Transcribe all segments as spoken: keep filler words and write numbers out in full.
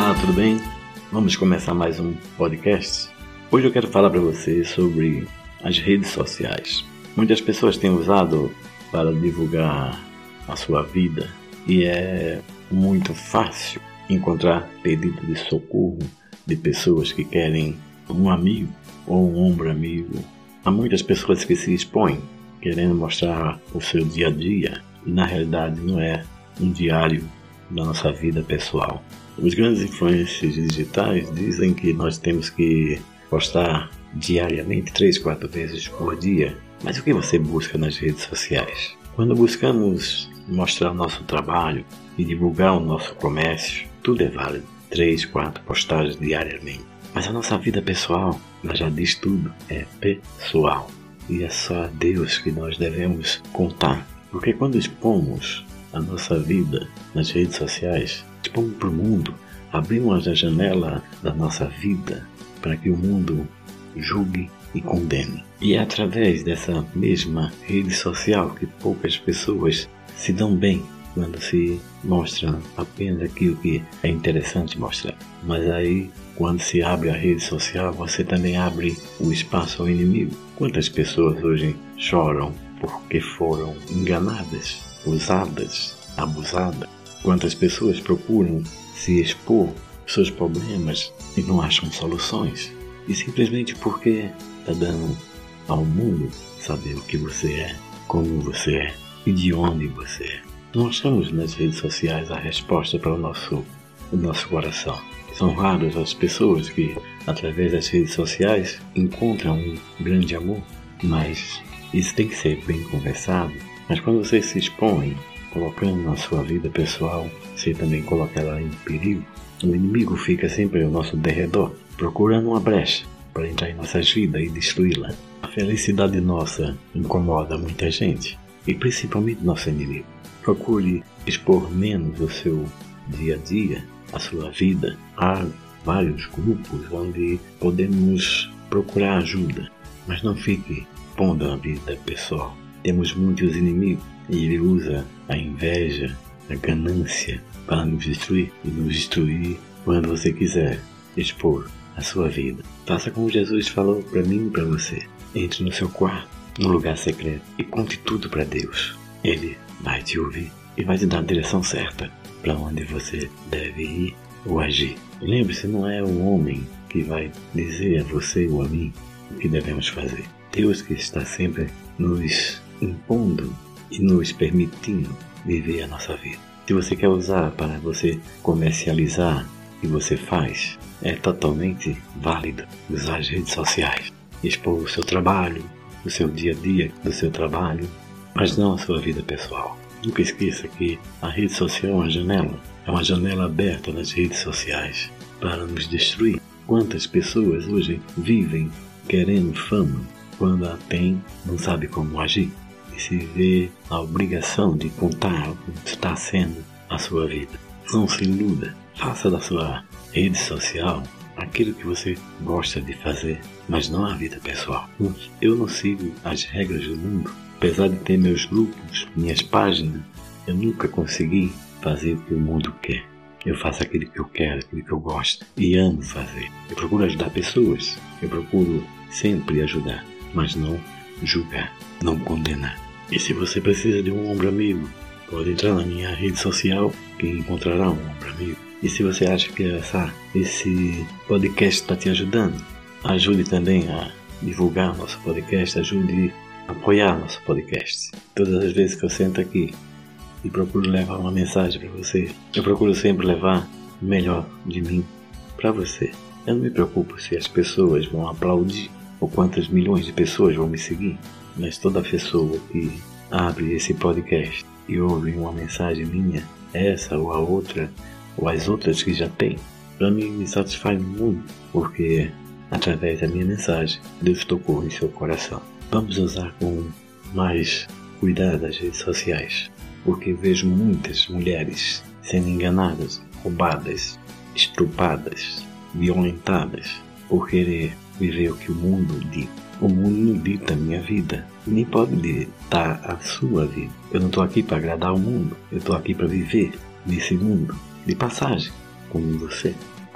Olá, tudo bem? Vamos começar mais um podcast. Hoje eu quero falar para você sobre as redes sociais. Muitas pessoas têm usado para divulgar a sua vida e é muito fácil encontrar pedido de socorro de pessoas que querem um amigo ou um ombro amigo. Há muitas pessoas que se expõem querendo mostrar o seu dia a dia e na realidade não é um diário da nossa vida pessoal. Os grandes influencers digitais dizem que nós temos que postar diariamente, três, quatro vezes por dia. Mas o que você busca nas redes sociais? Quando buscamos mostrar o nosso trabalho e divulgar o nosso comércio, tudo é válido. Três, quatro postagens diariamente. Mas a nossa vida pessoal, ela já diz tudo, é pessoal. E é só a Deus que nós devemos contar. Porque quando expomos a nossa vida nas redes sociais, expomos para o mundo, abrimos a janela da nossa vida para que o mundo julgue e condene. E é através dessa mesma rede social que poucas pessoas se dão bem quando se mostram apenas aquilo que é interessante mostrar. Mas aí, quando se abre a rede social, você também abre o espaço ao inimigo. Quantas pessoas hoje choram porque foram enganadas, usadas, abusadas? Quantas pessoas procuram se expor seus problemas e não acham soluções? E simplesmente porque está dando ao mundo saber o que você é, como você é e de onde você é. Não achamos nas redes sociais a resposta para o nosso, o nosso coração. São raras as pessoas que, através das redes sociais, encontram um grande amor, mas isso tem que ser bem conversado. Mas quando você se expõe, colocando na sua vida pessoal, você também coloca ela em perigo. O inimigo fica sempre ao nosso derredor, procurando uma brecha para entrar em nossas vidas e destruí-la. A felicidade nossa incomoda muita gente, e principalmente nosso inimigo. Procure expor menos o seu dia a dia, a sua vida. Há vários grupos onde podemos procurar ajuda, mas não fique pondo a vida pessoal. Temos muitos inimigos e ele usa a inveja, a ganância para nos destruir e nos destruir quando você quiser expor a sua vida. Faça como Jesus falou para mim e para você. Entre no seu quarto, no lugar secreto e conte tudo para Deus. Ele vai te ouvir e vai te dar a direção certa para onde você deve ir ou agir. Lembre-se, não é o homem que vai dizer a você ou a mim o que devemos fazer. Deus que está sempre nos impondo e nos permitindo viver a nossa vida. Se você quer usar para você comercializar o que você faz, é totalmente válido usar as redes sociais. Expor o seu trabalho, o seu dia a dia do seu trabalho, mas não a sua vida pessoal. Nunca esqueça que a rede social é uma janela, é uma janela aberta nas redes sociais para nos destruir. Quantas pessoas hoje vivem querendo fama, quando a tem, não sabe como agir e se vê a obrigação de contar o que está sendo a sua vida. Não se iluda, faça da sua rede social aquilo que você gosta de fazer, mas não a vida pessoal. Eu não sigo as regras do mundo. Apesar de ter meus grupos, minhas páginas, eu nunca consegui fazer o que o mundo quer. Eu faço aquilo que eu quero, aquilo que eu gosto e amo fazer. Eu procuro ajudar pessoas, eu procuro sempre ajudar, mas não julgar, não condenar. E se você precisa de um ombro amigo, pode entrar na minha rede social que encontrará um ombro amigo. E se você acha que essa, esse podcast está te ajudando, ajude também a divulgar nosso podcast, ajude a apoiar nosso podcast. Todas as vezes que eu sento aqui e procuro levar uma mensagem para você, eu procuro sempre levar o melhor de mim para você. Eu não me preocupo se as pessoas vão aplaudir ou quantas milhões de pessoas vão me seguir, mas toda pessoa que abre esse podcast e ouve uma mensagem minha, essa ou a outra, ou as outras que já tem, para mim me satisfaz muito, porque através da minha mensagem, Deus tocou em seu coração. Vamos usar com mais cuidado as redes sociais, porque vejo muitas mulheres sendo enganadas, roubadas, estrupadas, violentadas, por querer viver o que o mundo dita. O mundo não dita a minha vida, nem pode ditar a sua vida. Eu não estou aqui para agradar o mundo, eu estou aqui para viver nesse mundo de passagem, como você.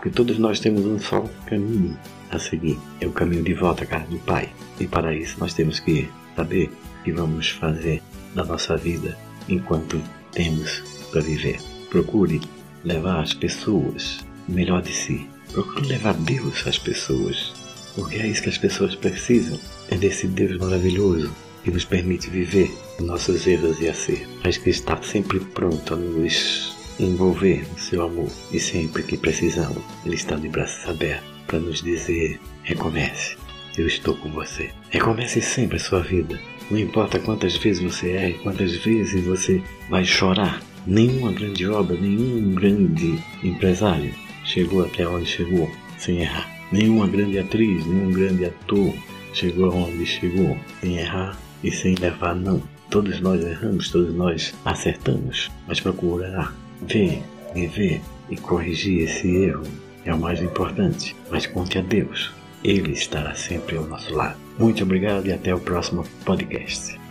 Porque todos nós temos um só caminho a seguir. É o caminho de volta à casa do Pai. E para isso nós temos que saber o que vamos fazer na nossa vida enquanto temos para viver. Procure levar as pessoas o melhor de si. Procure levar Deus às pessoas. Porque é isso que as pessoas precisam. É desse Deus maravilhoso que nos permite viver nossos erros e acertos, mas que está sempre pronto a nos envolver no seu amor. E sempre que precisamos, Ele está de braços abertos para nos dizer: recomece, eu estou com você. Recomece sempre a sua vida. Não importa quantas vezes você erra, quantas vezes você vai chorar. Nenhuma grande obra, nenhum grande empresário chegou até onde chegou sem errar. Nenhuma grande atriz, nenhum grande ator chegou aonde chegou sem errar e sem levar não. Todos nós erramos, todos nós acertamos, mas procurar ver, rever e corrigir esse erro é o mais importante. Mas conte a Deus, Ele estará sempre ao nosso lado. Muito obrigado e até o próximo podcast.